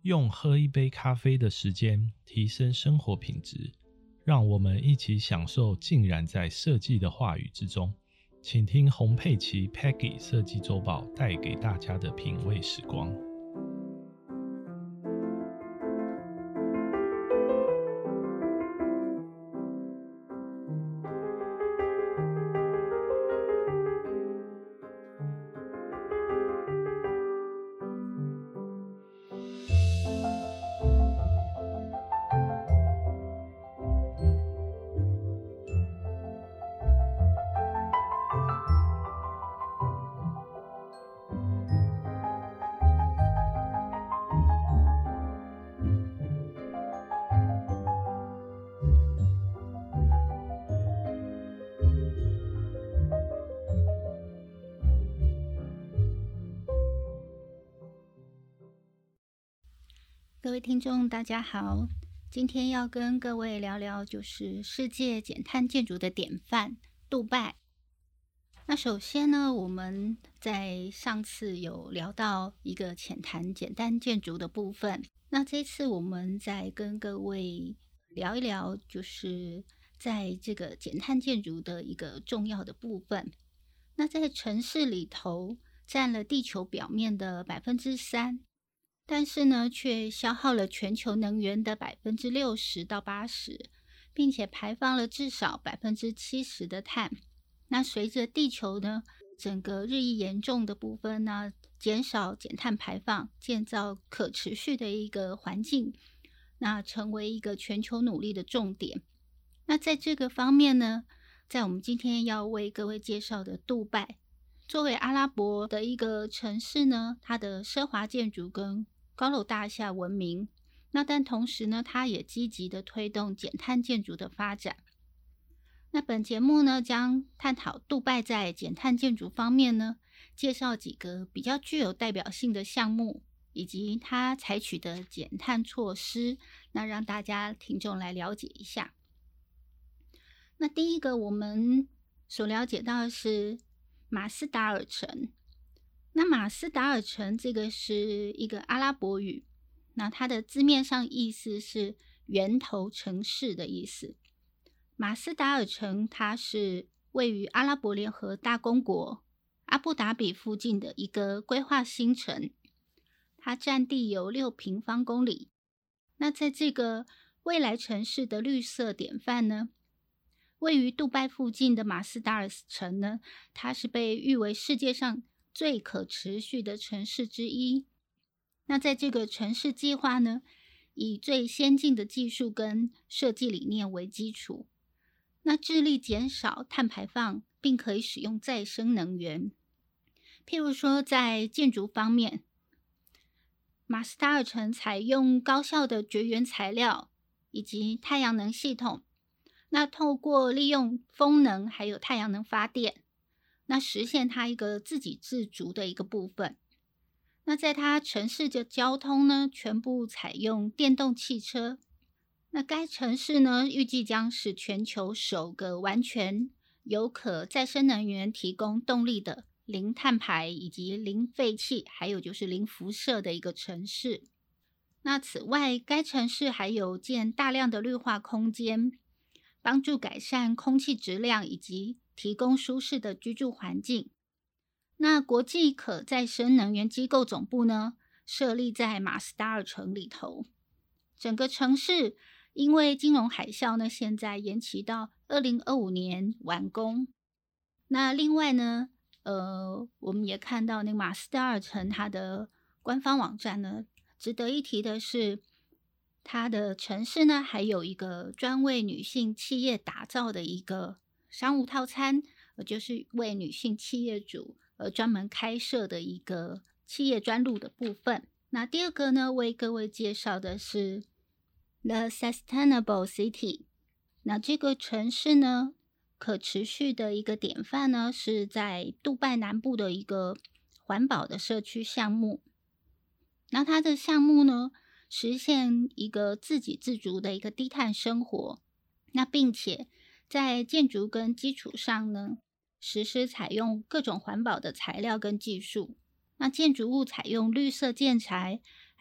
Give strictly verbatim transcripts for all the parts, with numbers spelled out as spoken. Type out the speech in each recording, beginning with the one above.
用喝一杯咖啡的时间提升生活品质，让我们一起享受浸染在设计的话语之中。请听洪佩琪 Peggy 设计周报带给大家的品味时光。 各位听众大家好，今天要跟各位聊聊就是世界减碳建筑的典范杜拜。那首先呢，我们在上次有聊到一个浅谈简单建筑的部分，那这次我们再跟各位聊一聊就是在这个减碳建筑的一个重要的部分。那在城市里头占了地球表面的 百分之三，但是呢，却消耗了全球能源的 百分之六十到八十，并且排放了至少 百分之七十 的碳。那随着地球呢整个日益严重的部分呢，减少减碳排放，建造可持续的一个环境，那成为一个全球努力的重点。那在这个方面呢，在我们今天要为各位介绍的杜拜，作为阿拉伯的一个城市呢，它的奢华建筑跟高楼大厦闻名，那但同时呢，它也积极的推动减碳建筑的发展。那本节目呢，将探讨杜拜在减碳建筑方面呢，介绍几个比较具有代表性的项目，以及它采取的减碳措施，那让大家听众来了解一下。那第一个我们所了解到的是马斯达尔城。那马斯达尔城这个是一个阿拉伯语，那它的字面上意思是源头城市的意思。马斯达尔城它是位于阿拉伯联合大公国阿布达比附近的一个规划新城，它占地有六平方公里。那在这个未来城市的绿色典范呢，位于杜拜附近的马斯达尔城呢，它是被誉为世界上最可持续的城市之一。那在这个城市计划呢，以最先进的技术跟设计理念为基础，那致力减少碳排放，并可以使用再生能源。譬如说在建筑方面，马斯达尔城采用高效的绝缘材料以及太阳能系统，那透过利用风能还有太阳能发电，那实现它一个自给自足的一个部分。那在它城市的交通呢，全部采用电动汽车。那该城市呢，预计将是全球首个完全由可再生能源提供动力的零碳排以及零废气，还有就是零辐射的一个城市。那此外，该城市还有建大量的绿化空间，帮助改善空气质量以及提供舒适的居住环境。那国际可再生能源机构总部呢，设立在马斯达尔城里头。整个城市因为金融海啸呢，现在延期到二零二五年完工。那另外呢，呃，我们也看到那个马斯达尔城它的官方网站呢，值得一提的是，它的城市呢还有一个专为女性企业打造的一个商务套餐，呃，就是为女性企业主呃专门开设的一个企业专录的部分。那第二个呢，为各位介绍的是 The Sustainable City。那这个城市呢，可持续的一个典范呢，是在杜拜南部的一个环保的社区项目。那它的项目呢，实现一个自给自足的一个低碳生活。那并且在建筑跟基础上呢，实施采用各种环保的材料跟技术。那建筑物采用绿色建材，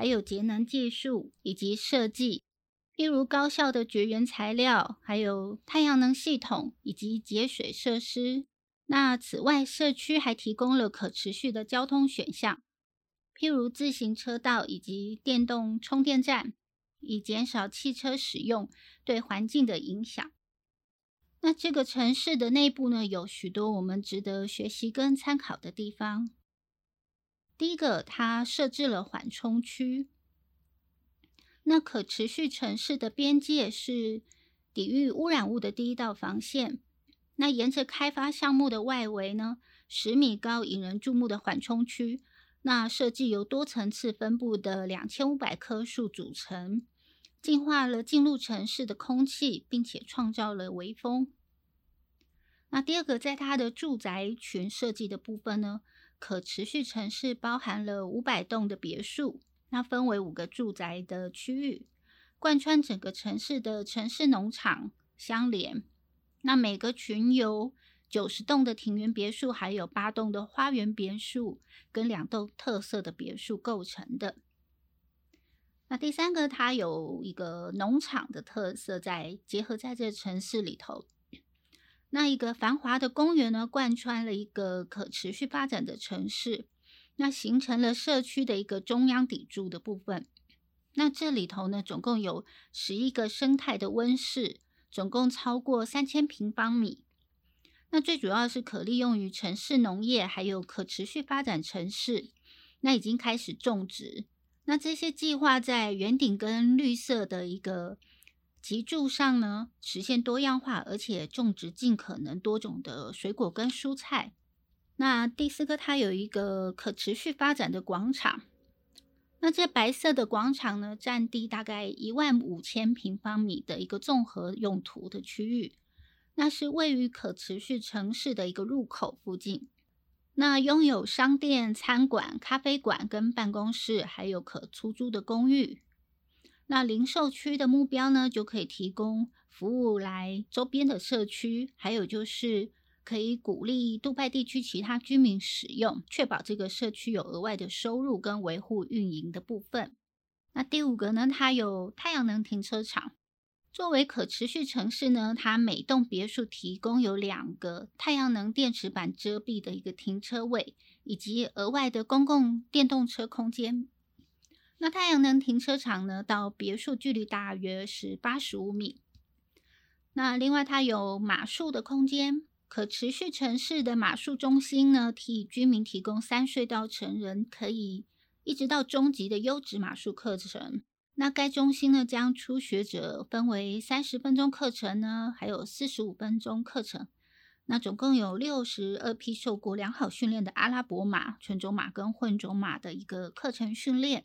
还有节能技术以及设计，譬如高效的绝缘材料，还有太阳能系统以及节水设施。那此外，社区还提供了可持续的交通选项，譬如自行车道以及电动充电站，以减少汽车使用对环境的影响。那这个城市的内部呢，有许多我们值得学习跟参考的地方。第一个，它设置了缓冲区。那可持续城市的边界是抵御污染物的第一道防线。那沿着开发项目的外围呢，十米高引人注目的缓冲区，那设计由多层次分布的两千五百棵树组成，净化了进入城市的空气，并且创造了微风。那第二个，在它的住宅群设计的部分呢，可持续城市包含了五百栋的别墅，那分为五个住宅的区域，贯穿整个城市的城市农场相连。那每个群由九十栋的庭园别墅，还有八栋的花园别墅，跟两栋特色的别墅构成的。那第三个，它有一个农场的特色在结合在这城市里头。那一个繁华的公园呢，贯穿了一个可持续发展的城市，那形成了社区的一个中央砥柱的部分。那这里头呢，总共有十一个生态的温室，总共超过三千平方米。那最主要是可利用于城市农业，还有可持续发展城市，那已经开始种植。那这些计划在圆顶跟绿色的一个脊柱上呢，实现多样化，而且种植尽可能多种的水果跟蔬菜。那第四个，它有一个可持续发展的广场。那这白色的广场呢，占地大概一万五千平方米的一个综合用途的区域，那是位于可持续城市的一个入口附近。那拥有商店、餐馆、咖啡馆跟办公室，还有可出租的公寓。那零售区的目标呢，就可以提供服务来周边的社区，还有就是可以鼓励杜拜地区其他居民使用，确保这个社区有额外的收入跟维护运营的部分。那第五个呢，它有太阳能停车场。作为可持续城市呢，它每栋别墅提供有两个太阳能电池板遮蔽的一个停车位，以及额外的公共电动车空间。那太阳能停车场呢，到别墅距离大约是八十五米。那另外它有马术的空间。可持续城市的马术中心呢，替居民提供三岁到成人可以一直到中级的优质马术课程。那该中心呢，将初学者分为三十分钟课程呢，还有四十五分钟课程。那总共有六十二匹受过良好训练的阿拉伯马、纯种马跟混种马的一个课程训练。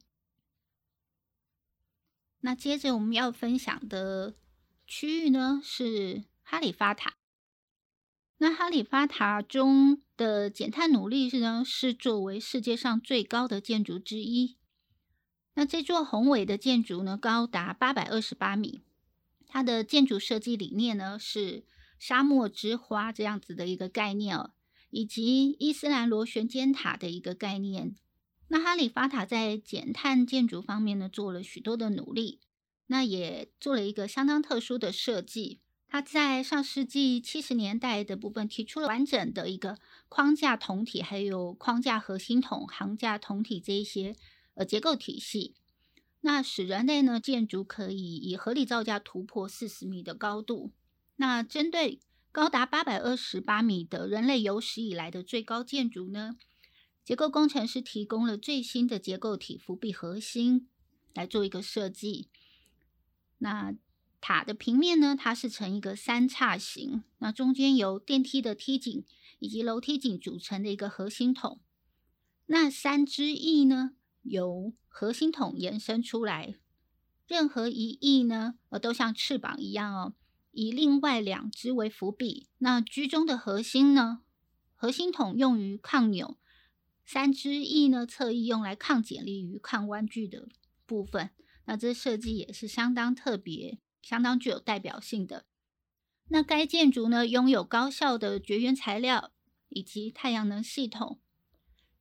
那接着我们要分享的区域呢，是哈里发塔。那哈里发塔中的减碳努力呢，是作为世界上最高的建筑之一。那这座宏伟的建筑呢，高达八百二十八米。它的建筑设计理念呢，是沙漠之花这样子的一个概念哦，以及伊斯兰螺旋尖塔的一个概念。那哈里发塔在减碳建筑方面呢，做了许多的努力，那也做了一个相当特殊的设计。它在上世纪七十年代的部分提出了完整的一个框架筒体，还有框架核心筒、桁架筒体这一些呃结构体系，那使人类呢建筑可以以合理造价突破四十米的高度。那针对高达八百二十八米的人类有史以来的最高建筑呢，结构工程师提供了最新的结构体浮壁核心来做一个设计。那塔的平面呢，它是呈一个三叉形，那中间由电梯的梯井以及楼梯井组成的一个核心筒。那三支翼呢，由核心筒延伸出来，任何一翼呢，呃，都像翅膀一样哦，以另外两支为伏笔。那居中的核心呢，核心筒用于抗扭，三支翼呢，侧翼用来抗剪力与抗弯矩的部分。那这设计也是相当特别，相当具有代表性的。那该建筑呢，拥有高效的绝缘材料以及太阳能系统。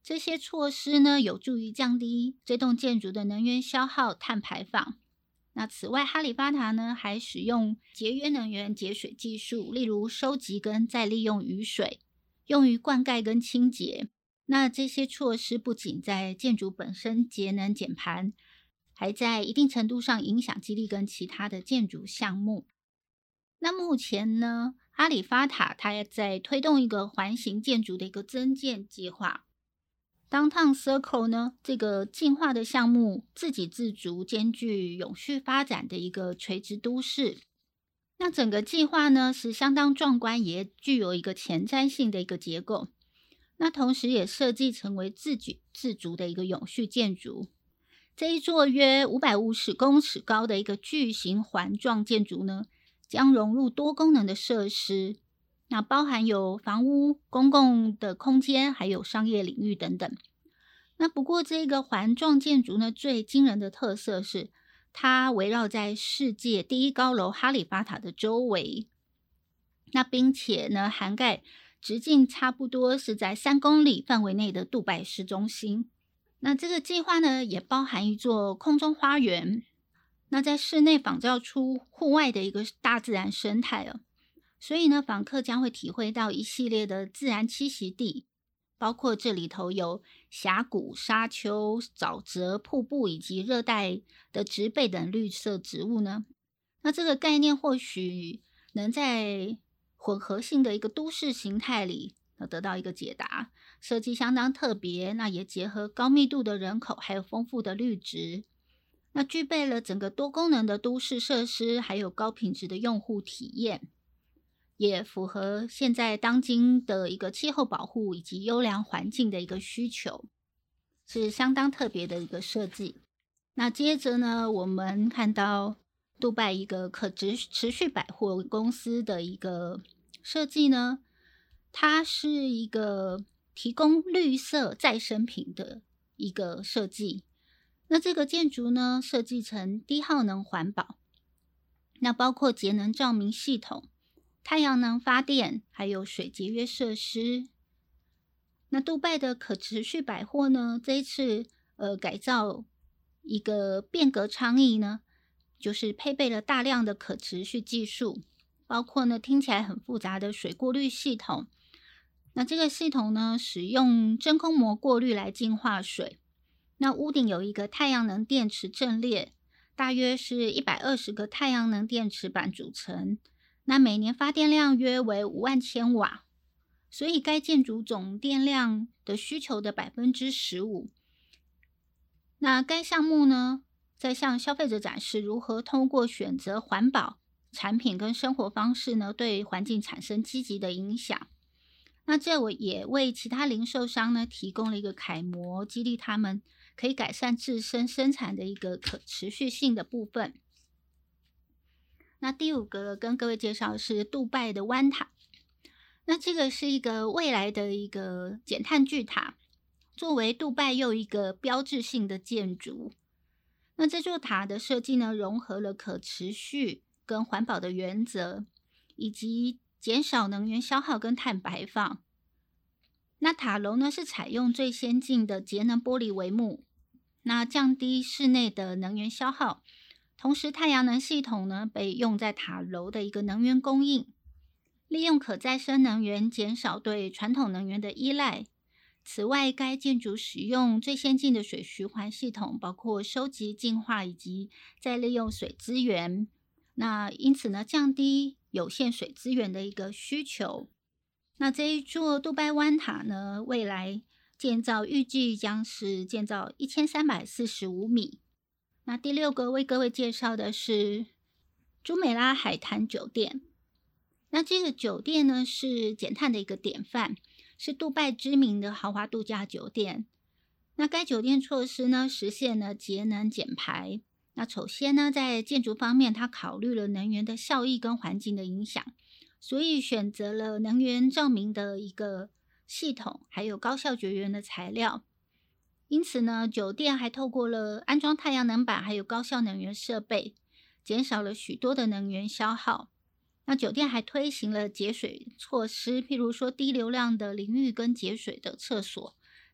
这些措施呢，有助于降低这栋建筑的能源消耗、碳排放。那此外，哈利法塔呢还使用节约能源节水技术，例如收集跟再利用雨水，用于灌溉跟清洁。那这些措施不仅在建筑本身节能减排，还在一定程度上影响激励跟其他的建筑项目。那目前呢，哈利法塔它也在推动一个环形建筑的一个增建计划。Downtown Circle 呢，这个进化的项目自给自足、兼具永续发展的一个垂直都市。那整个计划呢是相当壮观，也具有一个前瞻性的一个结构。那同时也设计成为自给自足的一个永续建筑。这一座约五百五十公尺高的一个巨型环状建筑呢，将融入多功能的设施。那包含有房屋、公共的空间，还有商业领域等等。那不过这个环状建筑呢，最惊人的特色是它围绕在世界第一高楼哈利法塔的周围，那并且呢涵盖直径差不多是在三公里范围内的杜拜市中心。那这个计划呢也包含一座空中花园，那在室内仿照出户外的一个大自然生态哦。所以呢，访客将会体会到一系列的自然栖息地，包括这里头有峡谷、沙丘、沼泽、瀑布以及热带的植被等绿色植物呢。那这个概念或许能在混合性的一个都市形态里得到一个解答。设计相当特别，那也结合高密度的人口，还有丰富的绿植，那具备了整个多功能的都市设施，还有高品质的用户体验。也符合现在当今的一个气候保护以及优良环境的一个需求，是相当特别的一个设计。那接着呢，我们看到杜拜一个可持持续百货公司的一个设计呢，它是一个提供绿色再生品的一个设计。那这个建筑呢，设计成低耗能环保，那包括节能照明系统、太阳能发电，还有水节约设施。那杜拜的可持续百货呢，这一次呃改造一个变革倡议呢，就是配备了大量的可持续技术，包括呢听起来很复杂的水过滤系统。那这个系统呢，使用真空膜过滤来净化水。那屋顶有一个太阳能电池阵列，大约是一百二十个太阳能电池板组成。那每年发电量约为五万千瓦，所以该建筑总电量的需求的 百分之十五。 那该项目呢，在向消费者展示如何通过选择环保产品跟生活方式呢，对环境产生积极的影响。那这我也为其他零售商呢提供了一个楷模，激励他们可以改善自身生产的一个可持续性的部分。那第五个跟各位介绍的是杜拜的湾塔。那这个是一个未来的一个减碳巨塔，作为杜拜又一个标志性的建筑。那这座塔的设计呢，融合了可持续跟环保的原则，以及减少能源消耗跟碳排放。那塔楼呢是采用最先进的节能玻璃帷幕，那降低室内的能源消耗。同时，太阳能系统呢被用在塔楼的一个能源供应，利用可再生能源减少对传统能源的依赖。此外，该建筑使用最先进的水循环系统，包括收集、净化以及再利用水资源。那因此呢，降低有限水资源的一个需求。那这一座杜拜湾塔呢，未来建造预计将是建造一千三百四十五米。那第六个为各位介绍的是朱美拉海滩酒店。那这个酒店呢是减碳的一个典范，是杜拜知名的豪华度假酒店。那该酒店措施呢实现了节能减排。那首先呢，在建筑方面，它考虑了能源的效益跟环境的影响，所以选择了能源照明的一个系统，还有高效绝缘的材料。因此呢，酒店还透过了安装太阳能板还有高效能源设备，减少了许多的能源消耗。那酒店还推行了节水措施，譬如说低流量的淋浴跟节水的厕所，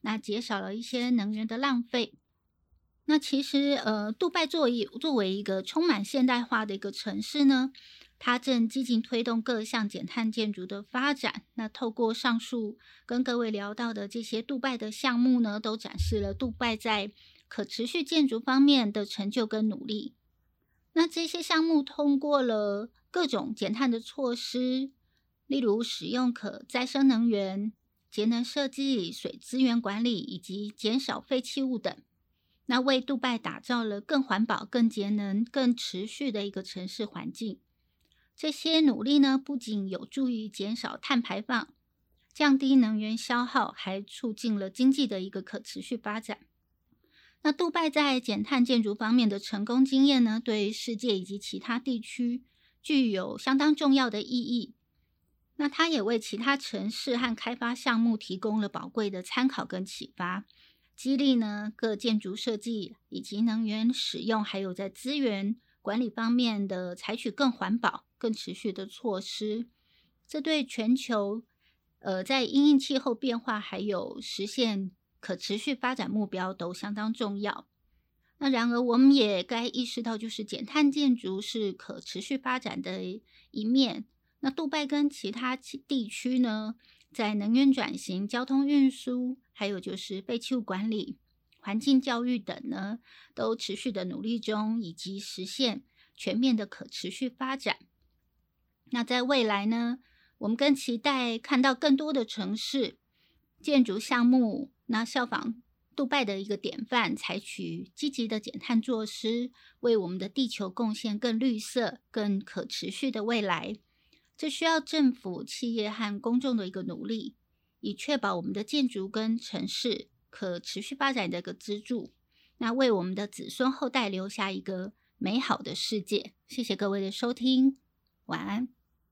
那减少了一些能源的浪费。那其实呃，杜拜作为作为一个充满现代化的一个城市呢，它正积极推动各项减碳建筑的发展。那透过上述跟各位聊到的这些杜拜的项目呢，都展示了杜拜在可持续建筑方面的成就跟努力。那这些项目通过了各种减碳的措施，例如使用可再生能源、节能设计、水资源管理以及减少废弃物等。那为杜拜打造了更环保、更节能、更持续的一个城市环境。这些努力呢，不仅有助于减少碳排放、降低能源消耗，还促进了经济的一个可持续发展。那杜拜在减碳建筑方面的成功经验呢，对世界以及其他地区具有相当重要的意义。那它也为其他城市和开发项目提供了宝贵的参考跟启发，激励呢各建筑设计以及能源使用，还有在资源管理方面的采取更环保、更持续的措施。这对全球呃在因应气候变化还有实现可持续发展目标都相当重要。那然而我们也该意识到，就是减碳建筑是可持续发展的一面。那杜拜跟其他地区呢，在能源转型、交通运输，还有就是废弃物管理、环境教育等呢，都持续的努力中，以及实现全面的可持续发展。那在未来呢，我们更期待看到更多的城市建筑项目，那效仿杜拜的一个典范，采取积极的减碳措施，为我们的地球贡献更绿色、更可持续的未来。这需要政府、企业和公众的一个努力，以确保我们的建筑跟城市可持续发展的一个支柱，那为我们的子孙后代留下一个美好的世界。谢谢各位的收听，晚安。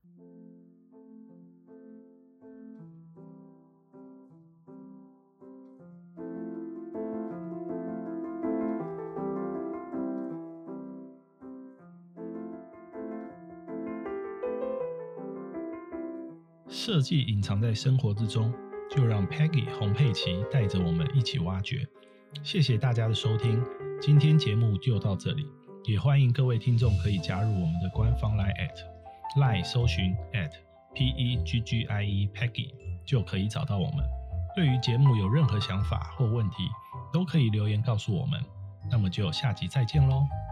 设计隐藏在生活之中，就让 Peggy 洪佩琪带着我们一起挖掘。谢谢大家的收听，今天节目就到这里，也欢迎各位听众可以加入我们的官方 Line at Line 搜寻 at P E G G I E Peggy 就可以找到我们。对于节目有任何想法或问题，都可以留言告诉我们。那么就下集再见咯。